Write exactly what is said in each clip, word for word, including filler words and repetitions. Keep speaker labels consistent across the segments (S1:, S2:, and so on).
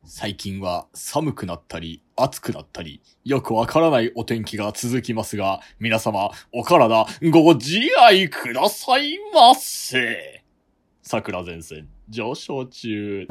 S1: 最近は寒くなったり暑くなったりよくわからないお天気が続きますが、皆様お体ご自愛くださいませ。桜前線上昇中。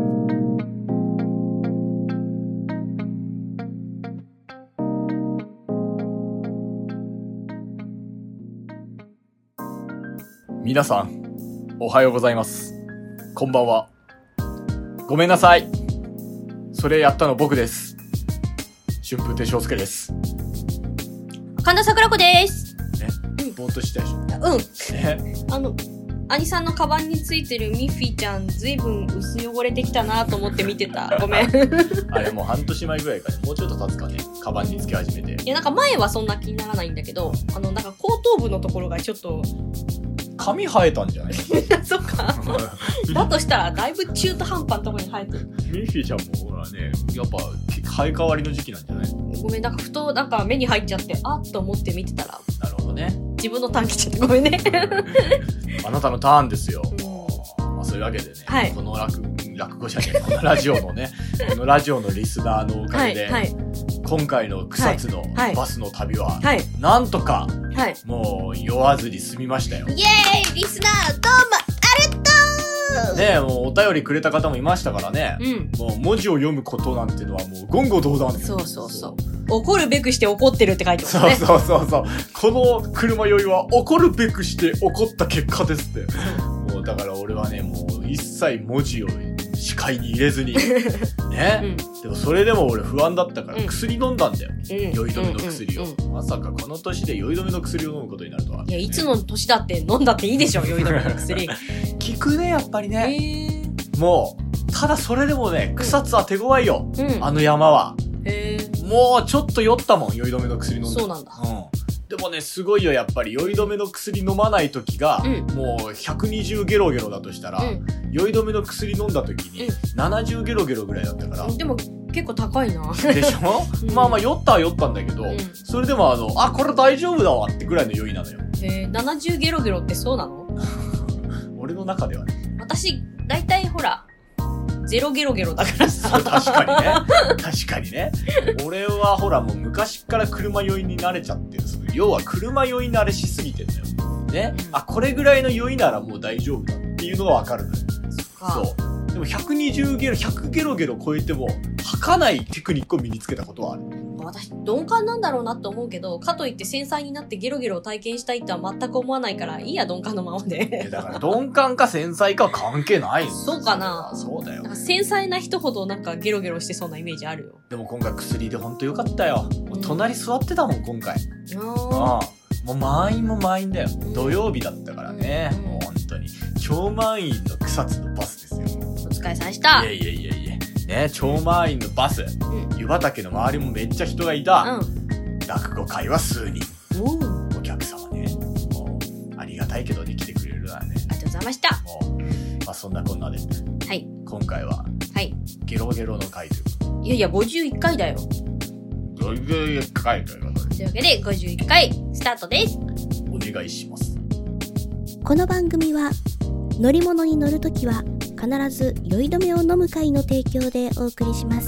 S1: 皆さんおはようございます。こんばんは。ごめんなさい。それやったの僕です。春風亭昇介です。
S2: 神田桜子です。
S1: ね、ぼーっとしたでしょ。
S2: うん。
S1: ね、
S2: あの、兄さんのカバンについてるミッフィーちゃん、ずいぶん薄汚れてきたなと思って見てた。ごめん。
S1: あれもう半年前ぐらいかね、もうちょっと経つかね、カバンにつけ始めて。
S2: いや、なんか前はそんな気にならないんだけど、あの、なんか後頭部のところがちょっと、
S1: 髪生えたんじゃない？
S2: そっか。だとしたら、だいぶ中途半端なところに生えてる。
S1: ミッフィーちゃんもほらね、やっぱ生え変わりの時期なんじゃない？
S2: ごめん、なんかふと、なんか目に入っちゃって、あっと思って見てたら。
S1: なるほどね。
S2: 自分のターン来ちゃってごめんね。
S1: あなたのターンですよ。
S2: うん、
S1: まあ、そういうわけでね、
S2: はい、
S1: この落、落語者ね、このラジオのね、このラジオのリスナーのおかげで、はいはい、今回の草津のバスの旅は、はいはい、なんとか、はい、もう酔わずに済みましたよ。
S2: イエーイリスナーどうもありがとう
S1: ねえ、もうお便りくれた方もいましたからね、うん、もう文字を読むことなんてのはもう言語道断。
S2: そうそうそう。怒るべくして怒ってるって書いてますね。
S1: そうそうそうそう。この車酔いは怒るべくして怒った結果ですって。もうだから俺はね、もう一切文字を視界に入れずに。ね、うん、でもそれでも俺不安だったから薬飲んだんだよ。うん、酔い止めの薬を、うんうんうん。まさかこの年で酔い止めの薬を飲むことになるとは。
S2: いや、いつの年だって飲んだっていいでしょ、酔い止めの薬。効
S1: くね、やっぱりね。もう、ただそれでもね、草津は手強いよ。うん、あの山は。へー。もうちょっと酔ったもん、酔い止めの薬飲んで。
S2: そうなんだ。うん。
S1: でもね、すごいよ、やっぱり酔い止めの薬飲まない時が、うん、もうひゃくにじゅうゲロゲロだとしたら、うん、酔い止めの薬飲んだ時にななじゅうゲロゲロぐらいだったから。
S2: うん、でも結構高いな。
S1: でしょ、うん、まあまあ酔ったは酔ったんだけど、うん、それでもあの、あ、これ大丈夫だわってぐらいの酔いなのよ。
S2: へー、ななじゅうゲロゲロってそうなの？
S1: 俺の中ではね。
S2: 私、だいたいほら、ゼロゲロゲロだからさ。
S1: 確かにね。確かにね。俺はほらもう昔から車酔いに慣れちゃってる。要は車酔い慣れしすぎてんだよ。ね、うん。あ、これぐらいの酔いならもう大丈夫だっていうのがわかるのよ。そう。でもひゃくにじゅうゲロ、ひゃくゲロゲロ超えても吐かないテクニックを身につけたことはある。
S2: 私、鈍感なんだろうなって思うけど、かといって繊細になってゲロゲロを体験したいとは全く思わないから、いいや、鈍感のままで。
S1: だから鈍感か繊細かは関係ないんですよ。
S2: そうかな。
S1: そうだよ。
S2: なんか繊細な人ほどなんかゲロゲロしてそうなイメージあるよ。
S1: でも今回薬でほんとよかったよ。もう隣座ってたもん、今回。ああ。もう満員も満員だよ。土曜日だったからね。うん、もう本当に。超満員の草津のバスですよ。
S2: お疲れさまでした。
S1: いやいやいやいや。ね、超満員のバス。うん、湯畑の周りもめっちゃ人がいた。うん、落語会は数人。お客様ね。もう、ありがたいけどね、来てくれるならね。
S2: ありがとうございました。もう、
S1: まあそんなこんなで。
S2: はい。
S1: 今回は、はい。ゲロゲロの回ということ。
S2: いやいや、ごじゅういっかいだよ。
S1: ごじゅういっかいということで。
S2: というわけで、ごじゅういっかい、スタートです。
S1: お願いします。
S3: この番組は、乗り物に乗るときは、必ず酔い止めを飲む会の提供でお送りします。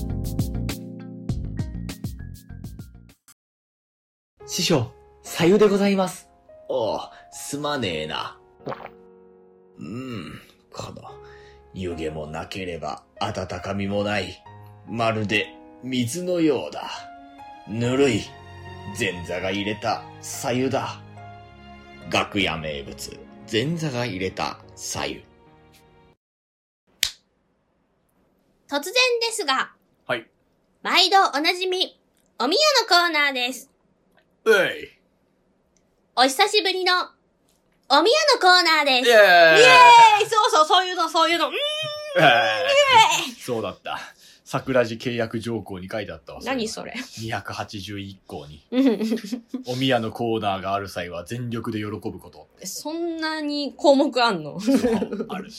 S4: 師匠、さゆでございます。
S1: おう、すまねえな。うん、この、湯気もなければ温かみもない。まるで水のようだ。ぬるい、前座が入れたさゆだ。楽屋名物、前座が入れたさゆ。
S2: 突然ですが、
S1: はい。
S2: 毎度おなじみ、おみやのコーナーです。
S1: うい。
S2: お久しぶりの、おみやのコーナーです。イェーイイエーイそうそう、そういうの、そういうの。うーん。イエ
S1: ーイそうだった。桜地契約条項に書いてあったわ。
S2: 何それ ?
S1: にひゃくはちじゅういっ 項に。おみやのコーナーがある際は全力で喜ぶこと。
S2: そんなに項目あんの
S1: そう、ある。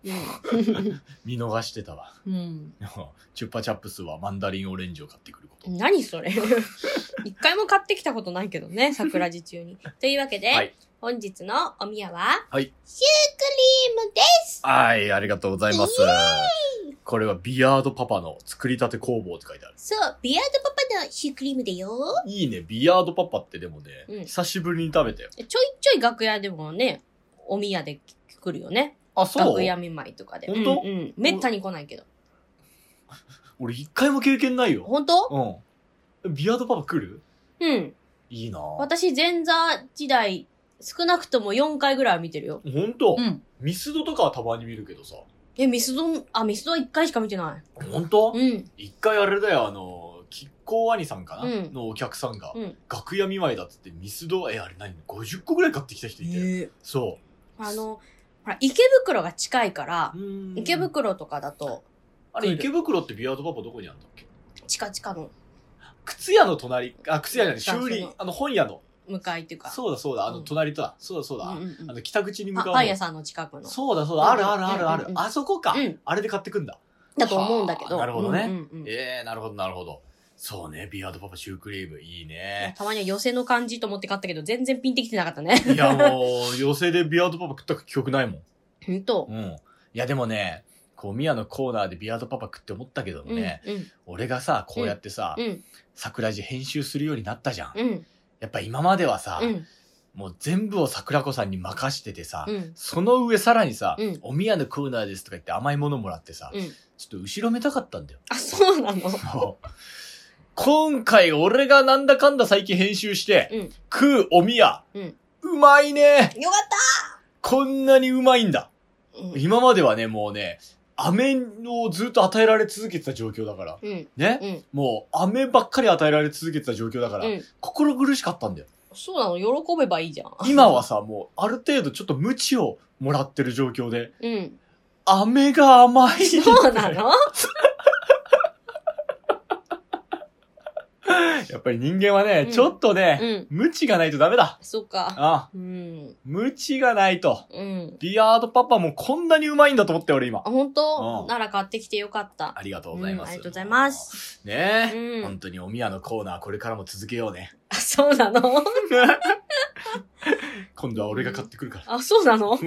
S1: 見逃してたわ。
S2: うん。
S1: チュッパチャップスはマンダリンオレンジを買ってくること。
S2: 何それ一回も買ってきたことないけどね、桜地中に。というわけで、はい、本日のおみやは、
S1: はい、
S2: シュークリームです。
S1: はい、ありがとうございます。これはビアードパパの作りたて工房って書いてある。
S2: そう、ビアードパパのシュークリームだよ。
S1: いいね、ビアードパパってでもね、うん、久しぶりに食べたよ。
S2: ちょいちょい楽屋でもね、おみやで来るよね。
S1: あ、そう
S2: 楽屋見舞いとかで。
S1: 本当？
S2: うん、うん。めったに来ないけど。
S1: 俺一回も経験ないよ。
S2: 本当？
S1: うん。ビアードパパ来る？
S2: うん。
S1: いいなぁ。
S2: 私前座時代、少なくともよんかいぐらいは見てるよ。
S1: 本当？
S2: うん。
S1: ミスドとかはたまに見るけどさ。
S2: え、ミスド、あ、ミスドはいっかいしか見てない。
S1: 本当？
S2: うん。
S1: 一回あれだよ、あの、キッコー兄さんかな、
S2: うん、
S1: のお客さんが、
S2: うん、
S1: 楽屋見舞いだっつってミスド、え、あれ何 ?ごじゅっこぐらい買ってきた人いて。えー、そう。
S2: あの、ほら、池袋が近いから、池袋とかだと。
S1: あれ、池袋ってビアードパパどこにあるんだっけ？
S2: 地下地下の。
S1: 靴屋の隣、あ、靴屋じゃない、修理、あの本屋の。
S2: 向かいっていうか。
S1: そうだそうだ、あの隣とだ。そうだそうだ。うんうんうん、あの北口に向かう。
S2: パン屋さんの近くの。
S1: そうだそうだ、あるあるあるある。あそこか、うん。あれで買ってくんだ。
S2: だと思うんだけど。
S1: なるほどね。うんうんうん、ええー、なるほどなるほど。そうね、ビアードパパシュークリーム、いいね。
S2: たまには寄せの感じと思って買ったけど、全然ピンってきてなかったね。
S1: いやもう、寄せでビアードパパ食った記憶ないもん。
S2: ほんと？
S1: うん。いやでもね、こう、ミヤのコーナーでビアードパパ食って思ったけどね、うんうん、俺がさ、こうやってさ、うん、桜地編集するようになったじゃん。うん、やっぱ今まではさ、うん、もう全部を桜子さんに任しててさ、うん、その上さらにさ、うん、おみやのコーナーですとか言って甘いものもらってさ、うん、ちょっと後ろめたかったんだよ。
S2: あ、そうなの？
S1: そう。今回俺がなんだかんだ最近編集して、うん、食うおみや、うん、うまいね。よかった。こんなにうまいんだ。うん、今まではね、もうね、飴をずっと与えられ続けてた状況だから。うん、ね、うん、もう飴ばっかり与えられ続けてた状況だから、うん、心苦しかったんだよ。
S2: そうなの？喜べばいいじゃん。
S1: 今はさ、もうある程度ちょっと無知をもらってる状況で、うん、飴が甘い。
S2: そうなの？
S1: やっぱり人間はね、うん、ちょっとね、うん、無知がないとダメだ。
S2: そっか。
S1: ああ、うん。無知がないと。うん。ビアードパパもこんなにうまいんだと思って俺今。
S2: あ、本当？うん、なら買ってきてよかった。
S1: ありがとうございます。
S2: うん、ありがとうございます。
S1: ねえ、うん。本当におみやのコーナーこれからも続けようね。
S2: あ、そうなの？
S1: 今度は俺が買ってくるから。
S2: あ、そうなの？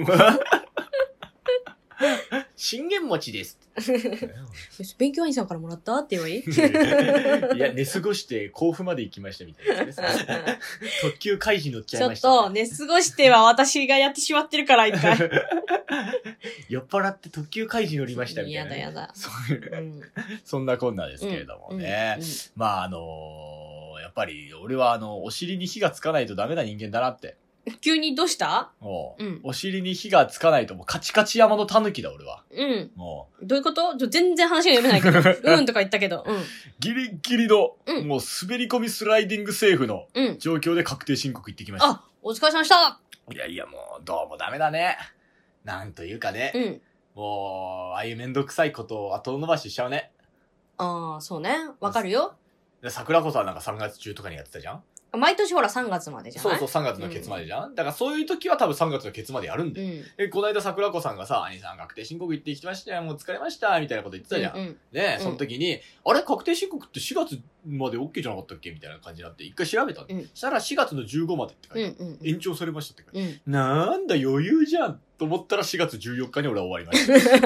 S1: 信玄餅です。
S2: 勉強兄さんからもらったって言えばいい？
S1: いや、寝過ごして甲府まで行きましたみたいなですね。特急開示乗っちゃいました、
S2: ね。ちょっと、寝過ごしては私がやってしまってるから、一回。
S1: 酔っ払って特急開示乗りましたみたいな、
S2: ね。やだやだ。
S1: そういう、うん、そんなこんなですけれどもね。うんうんうん、まあ、あのー、やっぱり俺はあの、お尻に火がつかないとダメな人間だなって。
S2: 急にどうした？
S1: おう、うん、お尻に火がつかないともうカチカチ山の狸だ俺は。
S2: うん。もうどういうこと？全然話が読めないけど。うんとか言ったけど。うん。
S1: ギリギリの、うん、もう滑り込みスライディングセーフの状況で確定申告行ってきました。
S2: うん、あ、お疲れ様でした。
S1: いやいやもうどうもダメだね。なんというかね。うん。もう、ああいうめんどくさいことを後伸ばししちゃうね。
S2: ああ、そうね。わかるよ。
S1: で、桜子さんなんかさんがつ中とかにやってたじゃん？
S2: 毎年ほらさんがつまでじゃない？
S1: そうそう、さんがつのケツまでじゃん、うん、だからそういう時は多分さんがつのケツまでやるんだよ。うん、で、この間桜子さんがさ、兄さん確定申告行ってきましたよ、もう疲れました、みたいなこと言ってたじゃん。うんうん、ね、うん、その時に、あれ確定申告ってしがつまで OK じゃなかったっけみたいな感じになって、一回調べたんだ。うん、したらしがつのじゅうごまでって書いて、うんうん、延長されましたって書いて、うん、なんだ余裕じゃんと思ったらしがつじゅうよっかに俺は終わりました。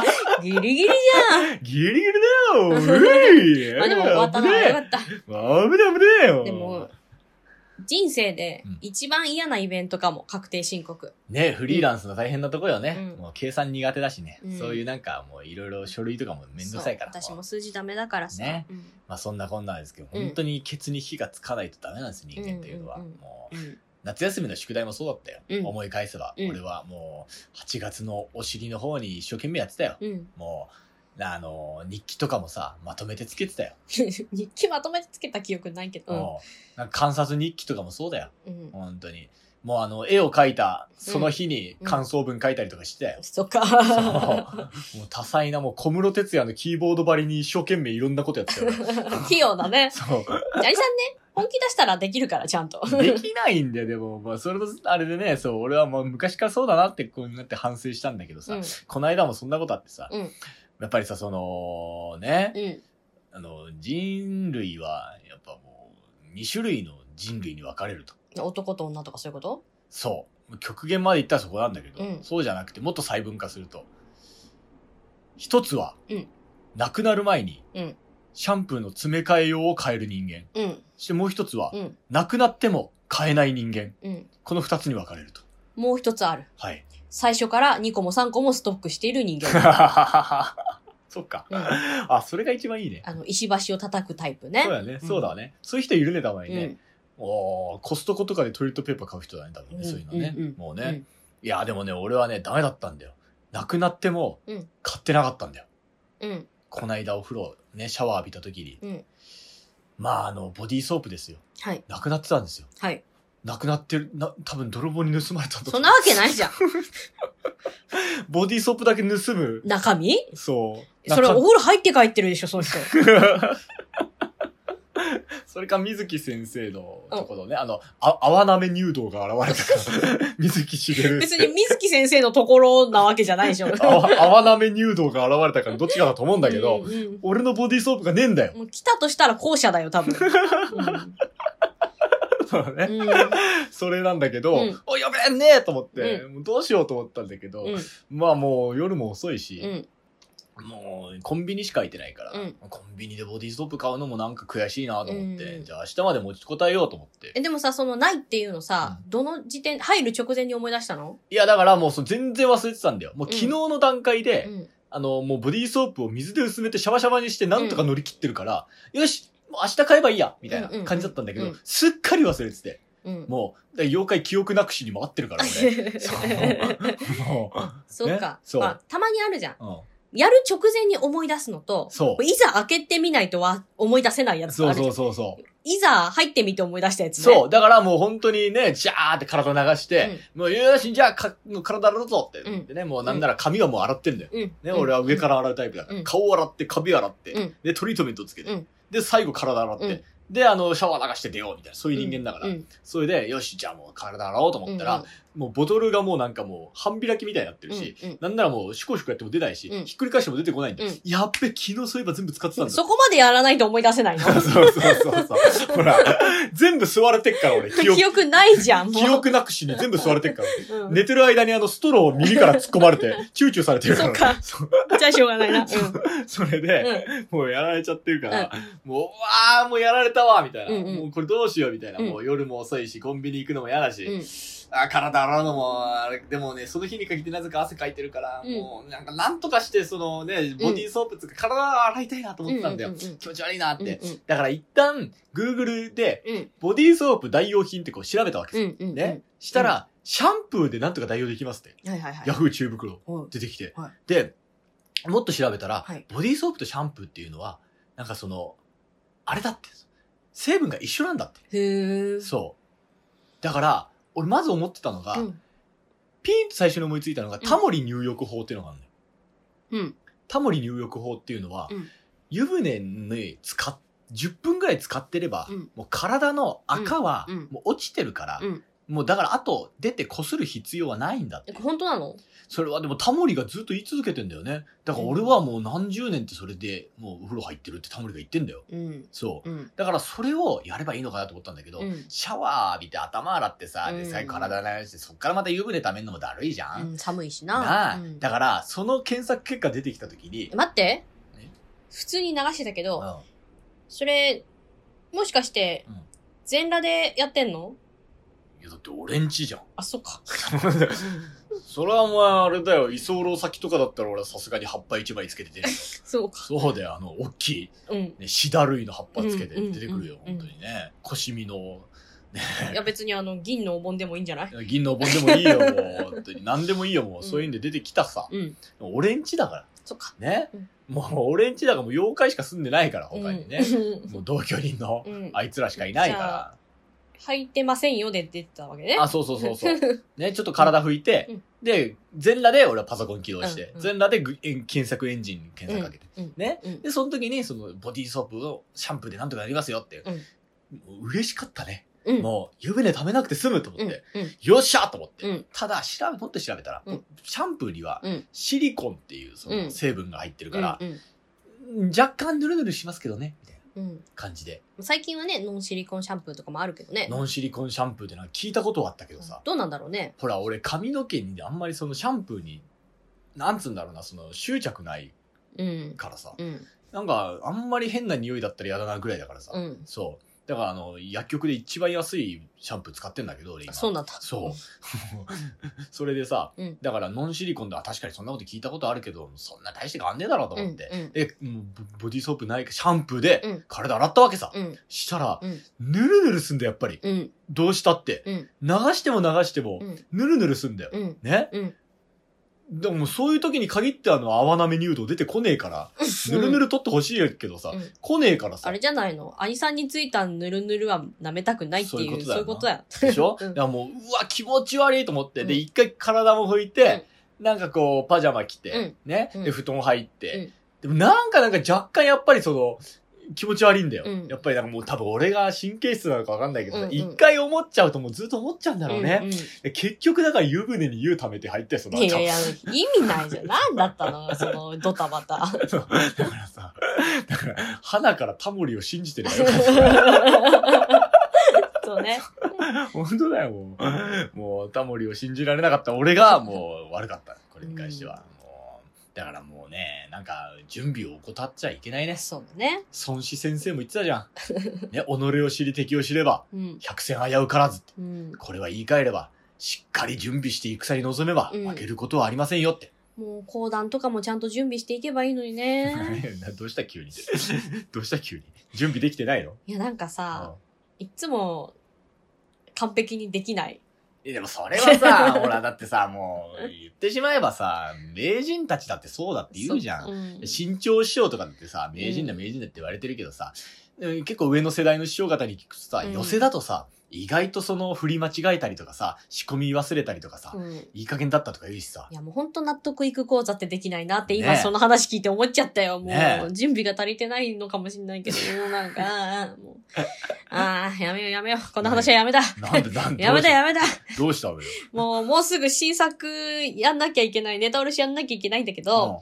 S2: ギリギリじゃん。
S1: ギリギリだよ。うい。
S2: あ、でも終わったのはよかった。
S1: 危ね危ねえよ。
S2: でも、人生で一番嫌なイベントかも、確定申告。
S1: ね、フリーランスの大変なとこよね。うん、もう計算苦手だしね。うん、そういうなんかもういろいろ書類とかもめんどくさいから。
S2: 私も数字ダメだからさ。ね。うん、
S1: まあそんなこんなんですけど、本当にケツに火がつかないとダメなんですよ、人間っていうのは。もう、夏休みの宿題もそうだったよ。うん、思い返せば、うん。俺はもうはちがつのお尻の方に一生懸命やってたよ。うん、もう、あの、日記とかもさ、まとめてつけてたよ。
S2: 日記まとめてつけた記憶ないけど。
S1: うん、なんか観察日記とかもそうだよ。うん、本当に。 もうあの、絵を描いた、その日に感想文書いたりとかしてたよ。
S2: うん、そっか。
S1: そう。もう多彩な、もう小室哲也のキーボード張りに一生懸命いろんなことやってたよ。
S2: 器用だね。
S1: そう。
S2: ジャリさんね、本気出したらできるから、ちゃんと。
S1: できないんだよ、でも、まあ、それの、あれでね、そう、俺はもう昔からそうだなって、こうなって反省したんだけどさ、うん、この間もそんなことあってさ、うん、やっぱりさ、その、ね、うん、あの、人類は、やっぱもう、に種類の人類に分かれると。
S2: 男と女とかそういうこと？
S1: そう。極限までいったらそこなんだけど、うん、そうじゃなくて、もっと細分化すると、一つは、うん、亡くなる前に、うん、シャンプーの詰め替え用を変える人間。うん、そしてもう一つは、うん、亡くなっても変えない人間。うん、この二つに分かれると。
S2: もう一つある。
S1: はい。
S2: 最初からにこもさんこもストックしている人間。
S1: そっか、うん。あ、それが一番いいね。
S2: あの、石橋を叩くタイプね。
S1: そうだね。そうだね。うん、そういう人いるね、たまにね。うんおコストコとかでトイレットペーパー買う人だね、多分ね、うん、そういうのね、うんうん。もうね、うん。いや、でもね、俺はね、ダメだったんだよ。なくなっても、買ってなかったんだよ。うん。こないだお風呂、ね、シャワー浴びた時に。うん、まあ、あの、ボディーソープですよ。はい。なくなってたんですよ。はい。なくなってる、な、多分泥棒に盗まれたと。
S2: そんなわけないじゃん。
S1: ボディーソープだけ盗む。
S2: 中身？
S1: そう。
S2: それお風呂入って帰ってるでしょ、その人。
S1: それか水木先生のところね、うん、あの、あ、泡なめ入道が現れたから、水木しげる。
S2: 別に水木先生のところなわけじゃないでしょ。
S1: 泡なめ入道が現れたからどっちかだと思うんだけど、うんうん、俺のボディーソープがねえんだよ。
S2: もう来たとしたら後者だよ、多分。うん
S1: そうね、うん。それなんだけど、うん、お、やべえねえと思って、うん、もうどうしようと思ったんだけど、うん、まあもう夜も遅いし、うん、もうコンビニしか行ってないから、うん、コンビニでボディーソープ買うのもなんか悔しいなと思って、うん、じゃあ明日まで持ちこたえようと思って。
S2: え、でもさ、そのないっていうのさ、うん、どの時点、入る直前に思い出したの？
S1: いや、だからもうそ全然忘れてたんだよ。もう昨日の段階で、うん、あの、もうボディーソープを水で薄めてシャバシャバにしてなんとか乗り切ってるから、うん、よしもう明日買えばいいやみたいな感じだったんだけど、うんうんうん、すっかり忘れてて。うん、もう、妖怪記憶なくしにも合ってるから俺。そう。
S2: もうそっか。そう、まあ。たまにあるじゃん。うん、やる直前に思い出すのと、そう。いざ開けてみないとは思い出せないやつがあるじゃん。そうそうそうそう。いざ入ってみて思い出したやつね。
S1: そう。だからもう本当にね、ジャーって体流して、うん、もうよし、じゃあか体洗うぞって言ってね、うん、もうなんなら髪はもう洗ってんだよ。うん、ね、うん、俺は上から洗うタイプだから。うん、顔洗って、髪洗って、うん、で、トリートメントつけて、うん、で、最後体洗って、うんで、あの、シャワー流して出ようみたいな、そういう人間だから。うん、それで、よし、じゃあもう体洗おうと思ったら、うんうん、もうボトルがもうなんかもう半開きみたいになってるし、うんうん、なんならもうシコシコやっても出ないし、うん、ひっくり返しても出てこないんで、うん、やっべ、昨日そういえば全部使ってたんだ。
S2: そこまでやらないと思い出せないの
S1: そうそうそうそう。ほら、全部吸われてっから俺、
S2: 記憶。記憶ないじゃん、
S1: 記憶なくしに全部吸われてっから。うん、寝てる間にあのストローを耳から突っ込まれて、チューチューされてるから。
S2: そっか。じゃあしょうがないな。うん、
S1: それで、うん、もうやられちゃってるから、うん、もう、うわー、もうやられたわ、みたいな。うんうんもうこれどうしようみたいな、うん、もう夜も遅いし、コンビニ行くのも嫌だし、うん、あ体洗うのも、あれ、でもね、その日に限ってなぜか汗かいてるから、うん、もうなんかなんとかして、そのね、ボディーソープつか、体洗いたいなと思ってたんだよ。うんうんうん、気持ち悪いなって。うんうん、だから一旦、Google で、ボディーソープ代用品ってこう調べたわけですよ。うんうんうん、ね。したら、シャンプーでなんとか代用できますって。はいはいはい、ヤフー知恵袋出てきて。はい、で、もっと調べたら、はい、ボディーソープとシャンプーっていうのは、なんかその、あれだって。成分が一緒なんだって。へー。そう。だから、俺まず思ってたのが、うん、ピーンと最初に思いついたのが、タモリ入浴法っていうのがあるのよ。うん。タモリ入浴法っていうのは、うん、湯船に使っ、じゅっぷんぐらい使ってれば、うん、もう体の赤はもう落ちてるから、うんうん、もうだからあと出て擦る必要はないんだって。
S2: 本当なの？
S1: それはでもタモリがずっと言い続けてんだよね。だから俺はもう何十年ってそれでもうお風呂入ってるってタモリが言ってんだよ。うん、そう、うん。だからそれをやればいいのかなと思ったんだけど、うん、シャワー浴びて頭洗ってさ、で最後体流して、そっからまた湯船ためんのもだるいじゃん。
S2: うん、寒いしな。
S1: なあ、うん、だからその検索結果出てきた時に。
S2: 待って。普通に流してたけど、うん、それ、もしかして、全裸でやってんの？
S1: いやだって俺んちじゃん。
S2: あ、そっか。
S1: それはお前あれだよ、居候先とかだったら俺はさすがに葉っぱ一枚つけて出るよ。
S2: そうか。
S1: そうだよ、あの、大きい、うん、ね、シダ類の葉っぱつけて出てくるよ、うんうんうん、本当にね。腰身の、ね。
S2: いや別にあの、銀のお盆でもいいんじゃない？
S1: 銀のお盆でもいいよ、もう。本当に。何でもいいよ、もう。うん、そういうんで出てきたさ。うん、俺んちだから。
S2: そっか。
S1: ね。うんもう俺んちだからもう妖怪しか住んでないから、他にね。うん、もう同居人のあいつらしかいないから。
S2: 履いてませんよで出てたわけね。
S1: あ、そうそうそうそう。ね、ちょっと体拭いて、うん、で、全裸で俺はパソコン起動して、うんうん、全裸で検索エンジンに検索かけて、うん、ね、うん。で、その時にそのボディーソープをシャンプーでなんとかなりますよって、うん、もう嬉しかったね。うん、もう湯船溜めなくて済むと思って、うんうん、よっしゃと思って、うん、ただ調べ、もっと調べたら、うん、シャンプーにはシリコンっていうその成分が入ってるから、うんうん、若干ヌルヌルしますけどね、みたいな感じで、
S2: うん。最近はね、ノンシリコンシャンプーとかもあるけどね。
S1: ノンシリコンシャンプーってのは聞いたことはあったけどさ、うん。
S2: どうなんだろうね。
S1: ほら、俺髪の毛にあんまりそのシャンプーに、なんつうんだろうな、その執着ないからさ、うんうん、なんかあんまり変な匂いだったら嫌だなぐらいだからさ、うん、そう。だからあの、薬局で一番安いシャンプー使ってんだけど、俺今。
S2: そうなんだ。
S1: そう。それでさ、うん、だからノンシリコンでは確かにそんなこと聞いたことあるけど、そんな大して変わんねえだろうと思って。うんうん、で、もうボディーソープないか、シャンプーで体洗ったわけさ。うん、したら、うん、ぬるぬるすんだよ、やっぱり。うん、どうしたって、うん。流しても流しても、ぬるぬるすんだよ。うん、ね、うんでもそういう時に限ってあの泡なめ乳道出てこねえから、ぬるぬる取ってほしいけどさ、うん、来ねえからさ。
S2: あれじゃないの兄さんについたぬるぬるは舐めたくないっていう、そういうことだよ。
S1: でしょ、うん、いやもう、うわ、気持ち悪いと思って、うん、で、一回体も拭いて、うん、なんかこう、パジャマ着て、うん、ね、で、布団入って、うん、でもなんかなんか若干やっぱりその、気持ち悪いんだよ、うん。やっぱりなんかもう多分俺が神経質なのかわかんないけどさ、一、うんうん、回思っちゃうともうずっと思っちゃうんだろうね。うんうん、結局だから湯船に湯溜めて入ってその
S2: いやいや、意味ないじゃん。なんだったのそのドタバタ。
S1: そう。だからさ、だから、鼻からタモリを信じてるよかった。
S2: そうね。
S1: 本当だよ、もう。もうタモリを信じられなかった俺がもう悪かった。これに関しては。うんだからもうね、なんか、準備を怠っちゃいけないね。
S2: そうだね。
S1: 孫子先生も言ってたじゃん。ね、己を知り敵を知れば、うん、百戦危うからずって、うん。これは言い換えれば、しっかり準備して戦に臨めば、負けることはありませんよって。
S2: うん、もう、講談とかもちゃんと準備していけばいいのにね。
S1: どうした急に。どうした急に。準備できてないの？
S2: いや、なんかさ、いつも、完璧にできない。
S1: でもそれはさ、ほらだってさ、もう言ってしまえばさ、名人たちだってそうだって言うじゃん。うん、新潮師匠とかだってさ、名人だ名人だって言われてるけどさ、うん、結構上の世代の師匠方に聞くとさ、うん、寄せだとさ、意外とその振り間違えたりとかさ、仕込み忘れたりとかさ、うん、いい加減だったとか言うしさ。
S2: いやもうほんと納得いく講座ってできないなって今その話聞いて思っちゃったよ。もう、ね、準備が足りてないのかもしれないけど、もうなんか、あもうああ、やめようやめよう。この話はやめだ。
S1: なんでなんで
S2: やめだやめだ。
S1: どうしたのよ。
S2: もう、もうすぐ新作やんなきゃいけない、ネタおろしやんなきゃいけないんだけど、うん、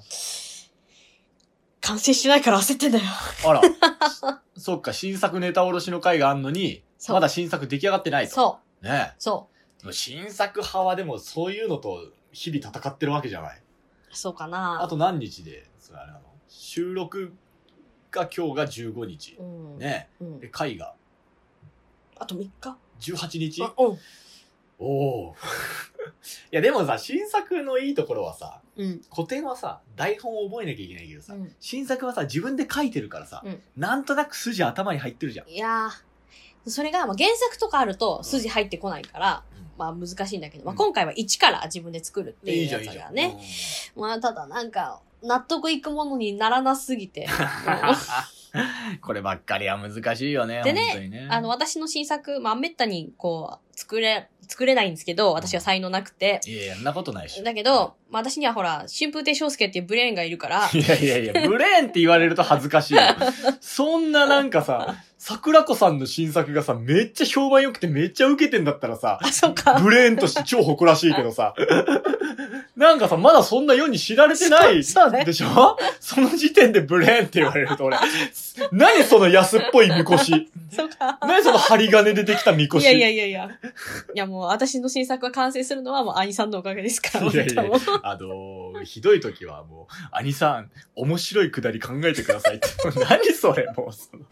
S2: 完成しないから焦ってんだよ。
S1: あら。そっか、新作ネタおろしの回があんのに、まだ新作出来上がってないと。
S2: そう。
S1: ねえ。
S2: そう。
S1: 新作派はでもそういうのと日々戦ってるわけじゃない。
S2: そうかな。
S1: あと何日で、それあれなの？収録が今日がじゅうごにち。うん、ねえ、うん。で、回が。
S2: あとみっか ?
S1: じゅうはちにち？
S2: うん。
S1: おお。いやでもさ、新作のいいところはさ、うん、古典はさ、台本を覚えなきゃいけないけどさ、うん、新作はさ、自分で書いてるからさ、うん、なんとなく筋頭に入ってるじゃん。
S2: いやー、それが、まあ、原作とかあると筋入ってこないから、うん、まあ難しいんだけど、まあ今回は一から自分で作るっていうやつだからね。いいじゃんいいじゃん。まあただなんか、納得いくものにならなすぎて。
S1: こればっかりは難しいよね。
S2: でね、
S1: 本当にね
S2: あの私の新作、まあめったにこう、作れ、作れないんですけど、私は才能なくて。
S1: いやいや、そんなことないし。
S2: だけど、まあ私にはほら、春風亭昇介っていうブレーンがいるから。
S1: いやいやいや、ブレーンって言われると恥ずかしいよ。そんななんかさ、桜子さんの新作がさ、めっちゃ評判良くてめっちゃ受けてんだったらさ、
S2: あ、そっか。
S1: ブレーンとして超誇らしいけどさ、なんかさ、まだそんな世に知られてないでしょ？そうね。その時点でブレーンって言われると俺、何その安っぽいみこし。
S2: そうか。
S1: 何その針金でできたみこし。
S2: いやいやいやいや。いやもう私の新作が完成するのはもう兄さんのおかげですから。
S1: いやいやいやあのー、ひどい時はもう、兄さん、面白いくだり考えてくださいって。何それ、もうその。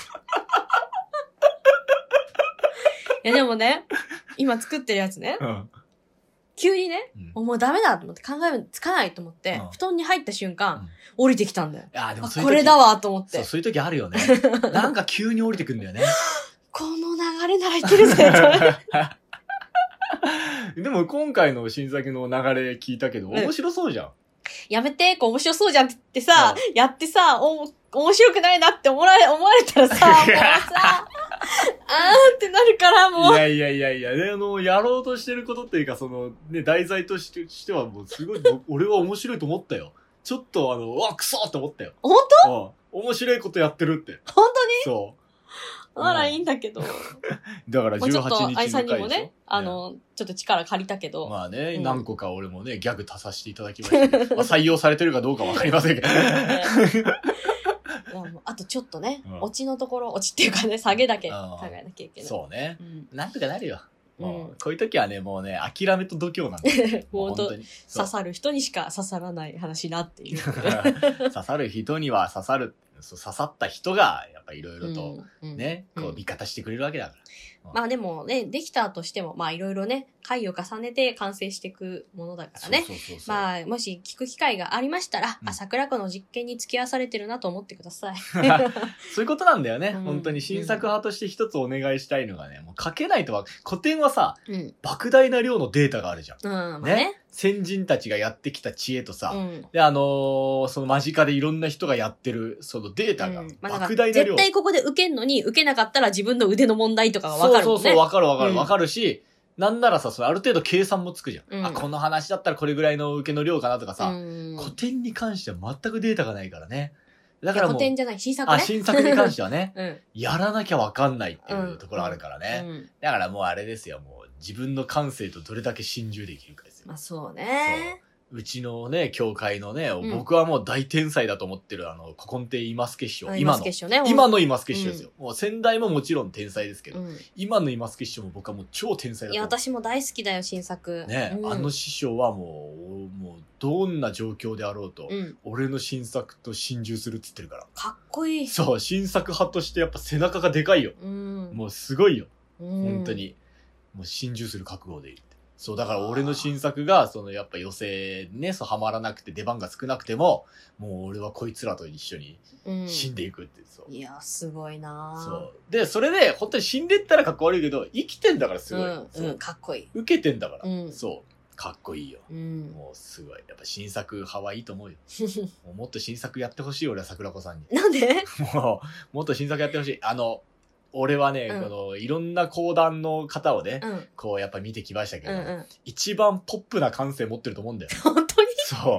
S2: いやでもね、今作ってるやつね。うん、急にね、うん、もうダメだと思って考えつかないと思って、うん、布団に入った瞬間、うん、降りてきたんだよ。
S1: あ、でも
S2: そういう時これだわと思って。
S1: そう、そういう時あるよね。なんか急に降りてくんだよね。
S2: この流れならいけるぜ、
S1: でも今回の新作の流れ聞いたけど、面白そうじゃん。うん、
S2: やめて、こう面白そうじゃんって言ってさ、うん、やってさ、お、面白くないなって思われ、思われたらさ、もうさ、 ーってなるからもう。
S1: いやいやいやいや、ね、あの、やろうとしてることっていうか、その、ね、題材としてしてはもうすごい、俺は面白いと思ったよ。ちょっとあの、うわ、クソって思ったよ。
S2: 本
S1: 当？うん。面白いことやってるって。
S2: 当？本当に？
S1: そう。
S2: あら、いいんだけど。
S1: だからじゅうはちにちの回でしょ。
S2: ちょっと、愛さんにもね、あの、ちょっと力借りたけど。
S1: まあね、
S2: うん、
S1: 何個か俺もね、ギャグ足させていただきましたけど。まあ採用されてるかどうかわかりませんけど。
S2: いやもうあとちょっとね、
S1: うん、
S2: オチのところ、オチっていうかね、下げだけ考えなきゃいけない。
S1: そうね。
S2: うん、
S1: なんとかなるよ。もう、
S2: うん、
S1: こういう時はね、もうね、諦めと度胸なんで。
S2: もう本当に。刺さる人にしか刺さらない話なっていう。
S1: 刺さる人には刺さる。そう刺さった人が、やっぱいろいろとね、うん、こう味方してくれるわけだから。
S2: うん、まあでもね、できたとしても、まあいろいろね、回を重ねて完成していくものだからね。そうそうそうそう、まあ、もし聞く機会がありましたら、うん、あ、桜子の実験に付き合わされてるなと思ってください。
S1: そういうことなんだよね。うん、本当に新作派として一つお願いしたいのがね、もう書けないとは、古典はさ、うん、莫大な量のデータがあるじゃん。うん、まあね。ね、先人たちがやってきた知恵とさ、うん、で、あのー、その間近でいろんな人がやってる、そのデータが莫大な量、うん、まあ、
S2: 絶対ここで受けんのに、受けなかったら自分の腕の問題とかがわかるもんね。
S1: そうそうそう、わかるわかるわかるし、うん、なんならさ、そのある程度計算もつくじゃん。うん、あ、この話だったらこれぐらいの受けの量かなとかさ、うん、古典に関しては全くデータがないからね。だからもう
S2: 古典じゃない、新作ね。
S1: あ、新作に関してはね、うん、やらなきゃわかんないっていうところあるからね。うんうん、だからもうあれですよ、もう自分の感性とどれだけ心中できるかですよ。
S2: まあそうね。
S1: うちのね、教会のね、うん、僕はもう大天才だと思ってる、あの、古今亭今助師匠。今の、ね、今の今助師匠ですよ、うん。もう先代ももちろん天才ですけど、うん、今の今助師匠も僕はもう超天才だと思って。いや、
S2: 私も大好きだよ、新作。
S1: ね、うん、あの師匠はもう、もう、どんな状況であろうと、うん、俺の新作と心中するって言ってるから。
S2: かっこいい。
S1: そう、新作派としてやっぱ背中がでかいよ。うん、もうすごいよ。うん、本当に。もう心中する覚悟でいる。そう、だから俺の新作が、そのやっぱ寄せね、そうはまらなくて出番が少なくても、もう俺はこいつらと一緒に死んでいくって、うん、そう。
S2: いや、すごいな
S1: そう。で、それで、本当に死んでったらかっこ悪いけど、生きてんだからすごい。うん、
S2: うん、かっこいい。
S1: 受けてんだから、うん、そう。かっこいいよ。
S2: うん、
S1: もうすごい。やっぱ新作派はいいと思うよ。もうもっと新作やってほしい、俺は桜子さんに。
S2: なんで
S1: もう、もっと新作やってほしい。あの、俺はね、うん、この、いろんな講談の方をね、うん、こう、やっぱ見てきましたけど、うんうん、一番ポップな感性持ってると思うんだよ。
S2: 本当に？
S1: そう。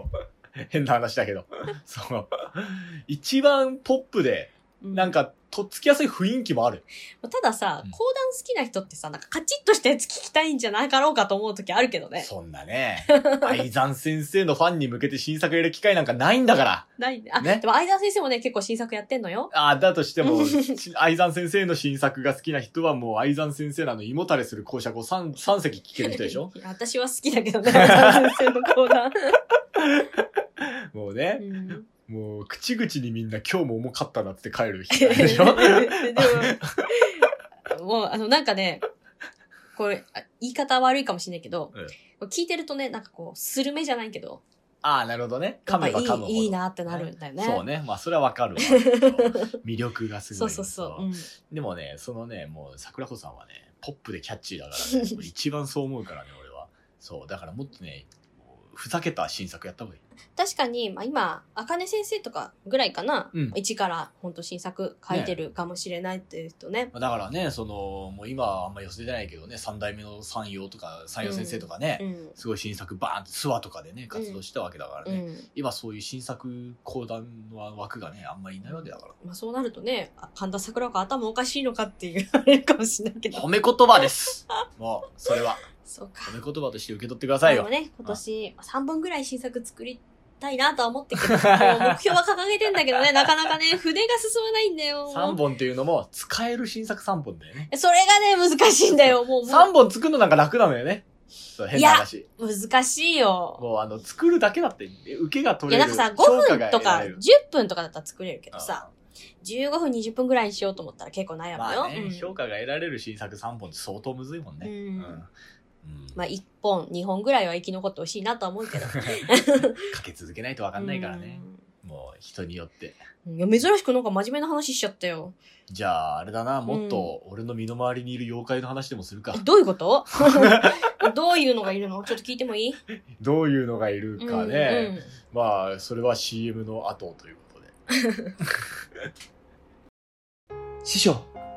S1: 変な話だけど。そう。一番ポップで、なんか、とっつきやすい雰囲気もある。
S2: たださ、講談好きな人ってさ、なんかカチッとしたやつ聞きたいんじゃなかろうかと思う時あるけどね。
S1: そんなね。愛山先生のファンに向けて新作やる機会なんかないんだから。
S2: ないね。あ、ね、でも愛山先生もね、結構新作やってんのよ。
S1: あ、だとしても、愛山先生の新作が好きな人はもう愛山先生のあの、胃もたれする講釈を 3, 3席聞ける人でしょ？
S2: いや、私は好きだけどね、愛山先生の講談。
S1: もうね。うんもう、口々にみんな今日も重かったなって帰る人でしょで
S2: も、もう、あの、なんかね、これ、言い方悪いかもしれないけど、うん、聞いてるとね、なんかこう、スルメじゃないけど。
S1: ああ、なるほどね。噛めば噛むほど。
S2: いい、いいなってなるんだよね。
S1: そうね。まあ、それはわかるわ。魅力がすごい。
S2: そうそうそう。うん、
S1: でもね、そのね、もう、桜子さんはね、ポップでキャッチーだからね、一番そう思うからね、俺は。そう。だからもっとね、ふざけた新作やった方がいい。
S2: 確かに、まあ今、あかね先生とかぐらいかな。うん、一から本当新作書いてるかもしれないっていう人ね。
S1: だからね、その、もう今はあんま寄せてないけどね、三代目の三陽とか、三陽先生とかね、うん、すごい新作バーンって諏訪とかでね、活動したわけだからね。うん、今そういう新作講談の枠がね、あんまりいないわけだから。
S2: まあそうなるとね、神田桜子頭おかしいのかって言われるかもしれないけど。
S1: 褒め言葉ですもう、それは。
S2: そうか。
S1: 褒め言葉として受け取ってくださいよ。
S2: でもね、今年さんぼんぐらい新作作りたいなとは思ってくる。目標は掲げてんだけどね、なかなかね、筆が進まないんだよ。
S1: さんぼんっていうのも、使える新作さんぼんだよね。
S2: それがね、難しいんだよ、もう。
S1: さんぼん作るのなんか楽なのよね。そう変な話。
S2: いや、難しいよ。
S1: もうあの、作るだけだって、受けが取れる。
S2: いや、なんかさ、ごふんとかじゅっぷんとかだったら作れるけどさ、じゅうごふん、にじゅっぷんぐらいにしようと思ったら結構悩むよ。
S1: まあね、うん、評価が得られる新作さんぼんって相当むずいもんね。うん。うん
S2: うん、まあいっぽん、にほんぐらいは生き残ってほしいなとは思うけど。か
S1: け続けないとわかんないからね。もう人によって。
S2: いや、珍しくなんか真面目な話しちゃったよ。
S1: じゃあ、あれだな、もっと俺の身の回りにいる妖怪の話でもするか。
S2: うん、どういうことどういうのがいるのちょっと聞いてもいい？
S1: どういうのがいるかね。うんうん、まあ、それは シーエム の後ということで。
S4: 師匠、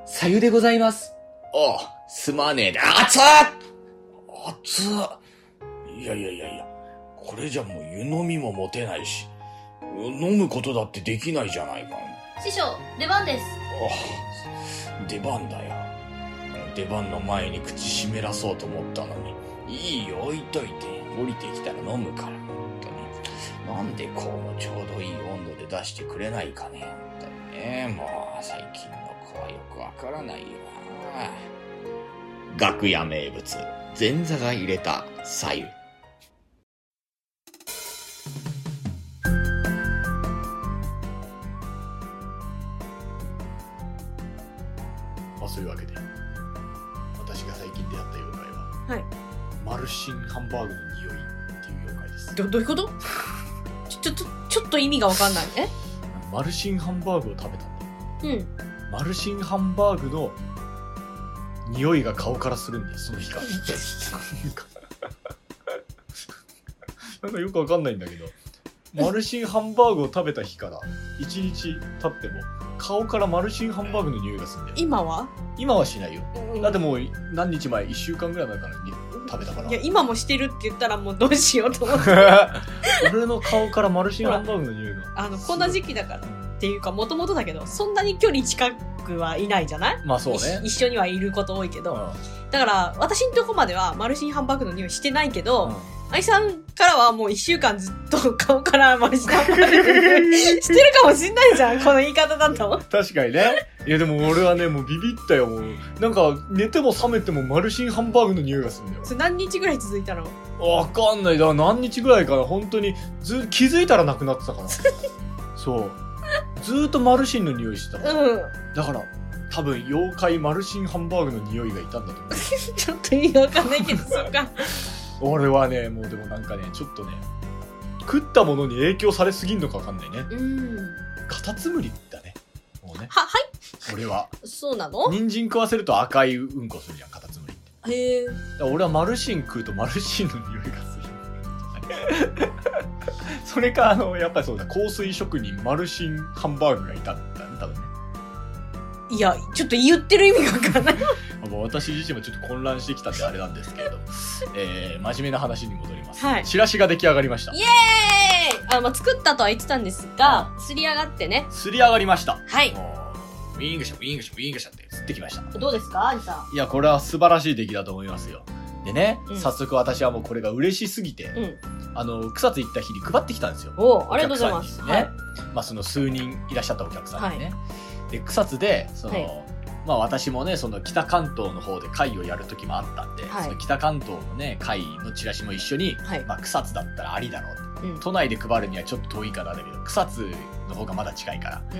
S4: さゆでございます。
S1: おう、すまねえだ。熱っ熱っいやいやいやいや、これじゃもう湯飲みも持てないし、飲むことだってできないじゃないか。
S2: 師匠、出番です。
S1: ああ、出番だよ。出番の前に口湿らそうと思ったのに、いいよ、置いといて。降りてきたら飲むから、本当に。なんでこうもちょうどいい温度で出してくれないかね、本当にね。もう、最近の子はよくわからないよな。楽屋名物、前座が入れた白湯。まあ、そういうわけで、私が最近出会った妖怪は、はい、マルシンハンバーグの匂いっていう妖怪です。
S2: ど、どういうことちょ、ちょっと、ちょっと意味がわかんない。え
S1: マルシンハンバーグを食べたんだよ。
S2: うん。
S1: マルシンハンバーグの匂いが顔からするんです、その日から。なんかよくわかんないんだけど、マルシンハンバーグを食べた日からいちにち経っても顔からマルシンハンバーグの匂いがするんだよ。
S2: 今は
S1: 今はしないよ、
S2: うん、
S1: だってもう何日前、いっしゅうかんぐらい前から食べたから。
S2: いや、今もしてるって言ったらもうどうしようと思って
S1: 俺の顔からマルシンハンバーグの匂いが
S2: あのこんな時期だからっていうか、もともとだけどそんなに距離近くはいないじゃない。
S1: まあそうね、
S2: 一緒にはいること多いけど、
S1: うん、
S2: だから私のとこまではマルシンハンバーグの匂いしてないけど、
S1: うん、
S2: 愛さんからはもう一週間ずっと顔からマルシンハンバーグしてるかもしんないじゃん、この言い方だと。
S1: 確かにね。いやでも俺はね、もうビビったよ。もうなんか寝ても覚めてもマルシンハンバーグの匂いがするんだよ。
S2: それ何日ぐらい続いたの？
S1: わかんない。だから何日ぐらいかな。本当にず気づいたらなくなってたからそうずーっとマルシンの匂いしてたから、うん、だから多分妖怪マルシンハンバーグの匂いがいたんだと思う
S2: ちょっと意味わかんないけどそうか
S1: 俺はね、もうでもなんかね、ちょっとね、食ったものに影響されすぎんのかわかんないね。うん。カタツムリだね。もうね。
S2: は、はい。
S1: 俺は。
S2: そうなの？
S1: 人参食わせると赤いうんこするじゃん、カタツムリって。
S2: へえ。
S1: 俺はマルシン食うとマルシンの匂いがする。それか、あの、やっぱりそうだ、香水職人マルシンハンバーグがいたんだね、多分ね。
S2: いや、ちょっと言ってる意味がわかんない。
S1: もう私自身もちょっと混乱してきたんであれなんですけれども、えー、真面目な話に戻ります。はい。チラシが出来上がりました。
S2: イエーイあ、まあ、作ったとは言ってたんですが、すり上がってね。
S1: すり上がりました。
S2: はい。
S1: ウィングシャウィングシャウィングシャって釣ってきました。
S2: どうですか、アニさ
S1: ん。いや、これは素晴らしい出来だと思いますよ。でね、うん、早速私はもうこれが嬉しすぎて、うん、あの、草津行った日に配ってきたんですよ。
S2: おありがとうございます。
S1: ね。はい、まあ、その数人いらっしゃったお客さんにね。はい、で、草津で、その、はい、まあ私もね、その北関東の方で会をやる時もあったんで、はい、その北関東のね、会のチラシも一緒に、はい、まあ草津だったらありだろう、うん、都内で配るにはちょっと遠いからだけど、草津の方がまだ近いから、うん、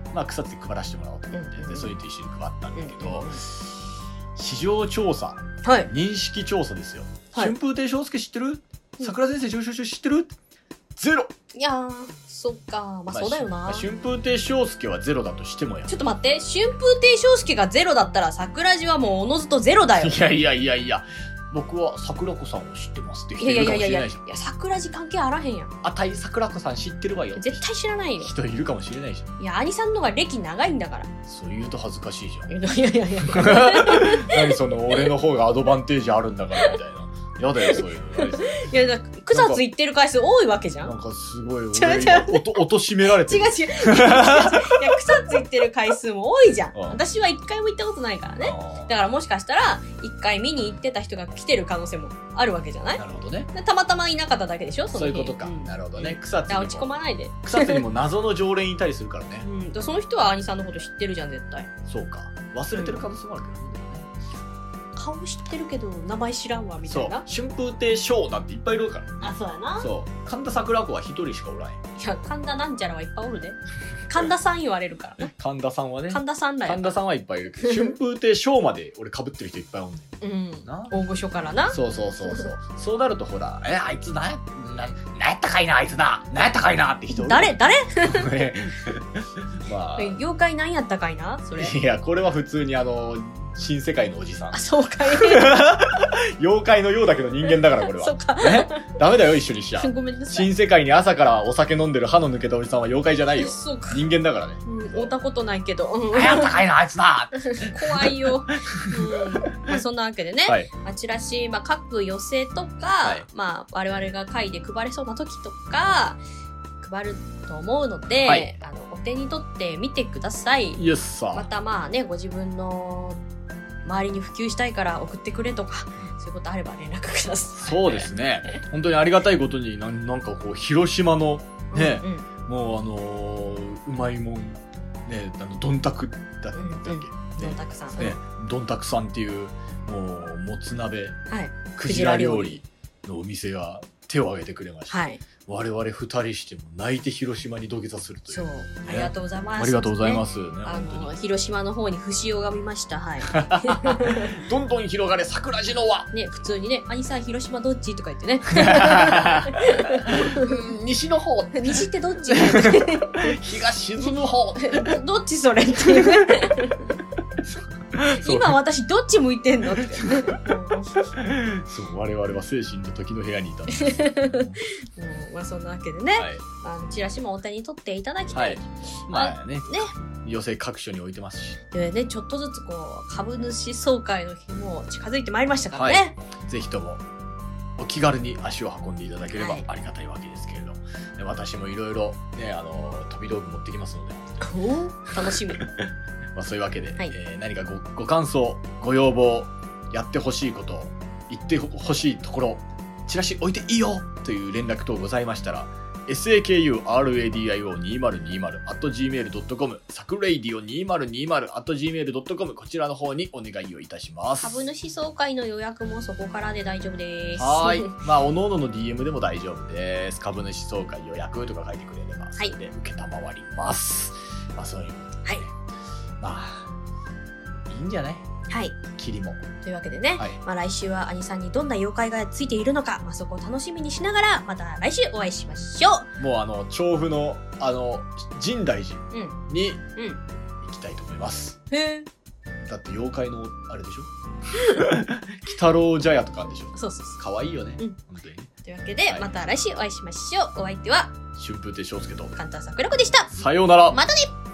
S1: まあ草津で配らせてもらおうと思って、うん、で、それと一緒に配ったんだけど、うん、市場調査、はい、認識調査ですよ。はい、春風亭昇介知ってる？桜先生上昇知ってる？ゼロ。
S2: いやー、そっか。まあそうだよな。まあ、
S1: 春風亭昇介はゼロだとしてもや。
S2: ちょっと待って。春風亭昇介がゼロだったら、桜地はもうおのずとゼロだよ。
S1: いやいやいやいや。僕は桜子さんを知ってますって人いるかもしれないじゃん。いやいやいやいや。いや、桜地関係あらへんやん。 あたい桜子さん知ってるわよ。
S2: 絶対知らないよ。
S1: 人いるかもしれないじゃん。
S2: いや、兄さんのが歴長いんだから。
S1: そう言うと恥ずかしいじゃん。い
S2: やいやいや。
S1: 何その、俺の方がアドバンテージあるんだからみたいな。やだよ、そういうの。
S2: いや、だから草津行ってる回数多いわけじゃん。
S1: なんかすごい、俺今、おと、おとしめられてる。
S2: 違う違う。いや、草津行ってる回数も多いじゃん。私は一回も行ったことないからね。だからもしかしたら、一回見に行ってた人が来てる可能性もあるわけじゃない？
S1: なるほどね。
S2: たまたまいなかっただけでしょ？
S1: そういうことか。うん、なるほどね。草津にも。
S2: 落ち込まないで。
S1: 草津にも謎の常連いたりするからね。
S2: うん。その人は兄さんのこと知ってるじゃん、絶対。
S1: そうか。忘れてる可能性もあるけどね。
S2: 顔知ってるけど名前知らんわみたいな。
S1: そう春風亭昇なんていっぱいいるから。
S2: あ、そうやな。
S1: そう神田桜子は一人しかおらん。い
S2: や、神田なんちゃらはいっぱいおるで。神田さん言われるから。
S1: 神田さんはね。
S2: 神田さんだよ。
S1: 神田さんはいっぱいいるけど、春風亭昇まで俺被ってる人いっぱいおんね
S2: ん。うん。な大御所からな。
S1: そうそうそうそう。そうなるとほら、え、あいつな、な、なんやったかいな、あいつな、なんやったかいなって人。
S2: 誰誰
S1: まあ。
S2: 妖怪なんやったかいなそれ。
S1: いや、これは普通にあの、
S5: 新世界のおじさん
S2: あ、。そうかい。
S5: 妖怪のようだけど人間だからこれは。
S2: そうか。
S5: ね、ダメだよ、一緒にしちゃ。
S2: ごめんなさい。
S5: 新世界に朝からお酒飲んでる歯の抜けたおじさんは妖怪じゃないよ。
S2: そうか。
S5: 人間だからね。
S2: うん、会ったことないけど。うん、
S5: 早く高いな、あいつだ
S2: 怖いよ。うん。まあそんなわけでね。
S5: はい。
S2: まあ、チラシ、まあ、各寄せとか、
S5: はい
S2: まあ、我々が会で配れそうな時とか、配ると思うので、
S5: はい
S2: あの、お手に取ってみてください。
S5: イエスさ。
S2: またまあね、ご自分の周りに普及したいから送ってくれとか、そういうことあれば連絡ください。
S5: そうですね。本当にありがたいことにな、なんかこう、広島の、ね、
S2: うんうん
S5: もうあのーうまいもん、ね、あの、どんたくだったっけ、
S2: うんうん
S5: ね
S2: どんたくさん。
S5: ね、どんたくさんっていう、もう、もつ鍋、
S2: はい。
S5: クジラ料理のお店が手を挙げてくれました。
S2: はい。
S5: 我々二人しても泣いて広島に土下座するという。
S2: そう。ありがとうございます。
S5: ありがとうございますす。ね、
S2: あの、
S5: 本当に。
S2: 広島の方に節をがみました。はい。
S5: どんどん広がれ、桜島は
S2: ね、普通にね、兄さん広島どっちとか言ってね。
S5: うん西の方、
S2: 西ってどっち
S5: 日が沈む方。
S2: どっちそれっていうね。
S5: そう
S2: 今私どっち向いてんのって。
S5: そう、我々は精神の時の部屋にいたんです。
S2: うんまあそんなわけでね、
S5: はい。
S2: あのチラシもお手に取っていただきた。
S5: はいい。まあね、
S2: ね。
S5: 寄せ各所に置いてますし、
S2: でね、ちょっとずつこう、株主総会の日も近づいてまいりましたからね。
S5: ぜひともお気軽に足を運んでいただければ
S2: はい
S5: ありがたいわけですけれど、で私もいろいろね、あの、飛び道具持ってきますので、
S2: おー楽しみ。
S5: まあそういうわけで、
S2: はい
S5: えー何かごご感想、ご要望、やってほしいこと、言ってほしいところ、チラシ置いていいよという連絡等ございましたら、サクラディオにせにじゅう アットジーメールドットコム サクレイディオにせんにじゅう アットジーメールドットコム こちらの方にお願いをいたします。
S2: 株主総会の予約もそこからで大丈夫です。
S5: はーい。まあ、おのおのの ディーエム でも大丈夫です。株主総会予約とか書いてくれれば、それで受けたまわります。まあ、そういう。
S2: はい。
S5: まあ、いいんじゃない
S2: はい。
S5: 霧も。
S2: というわけでね、
S5: はい
S2: まあ来週は兄さんにどんな妖怪がついているのか、まあそこを楽しみにしながら、また来週お会いしましょ
S5: もう、あの、調布の、あの、深大寺
S2: う。うん。
S5: に
S2: うん。
S5: 行きたいと思います。
S2: へえ。
S5: だって、妖怪の、あれでしょ鬼太郎茶屋とかあるんでしょ
S2: そうそうそ
S5: かわいいよね。
S2: うん
S5: 本当にね。
S2: う。というわけで、
S5: はい
S2: また来週お会いしましょう。お相手は、
S5: 春風亭昇介と、
S2: カンター桜子でした。
S5: さようなら。
S2: またね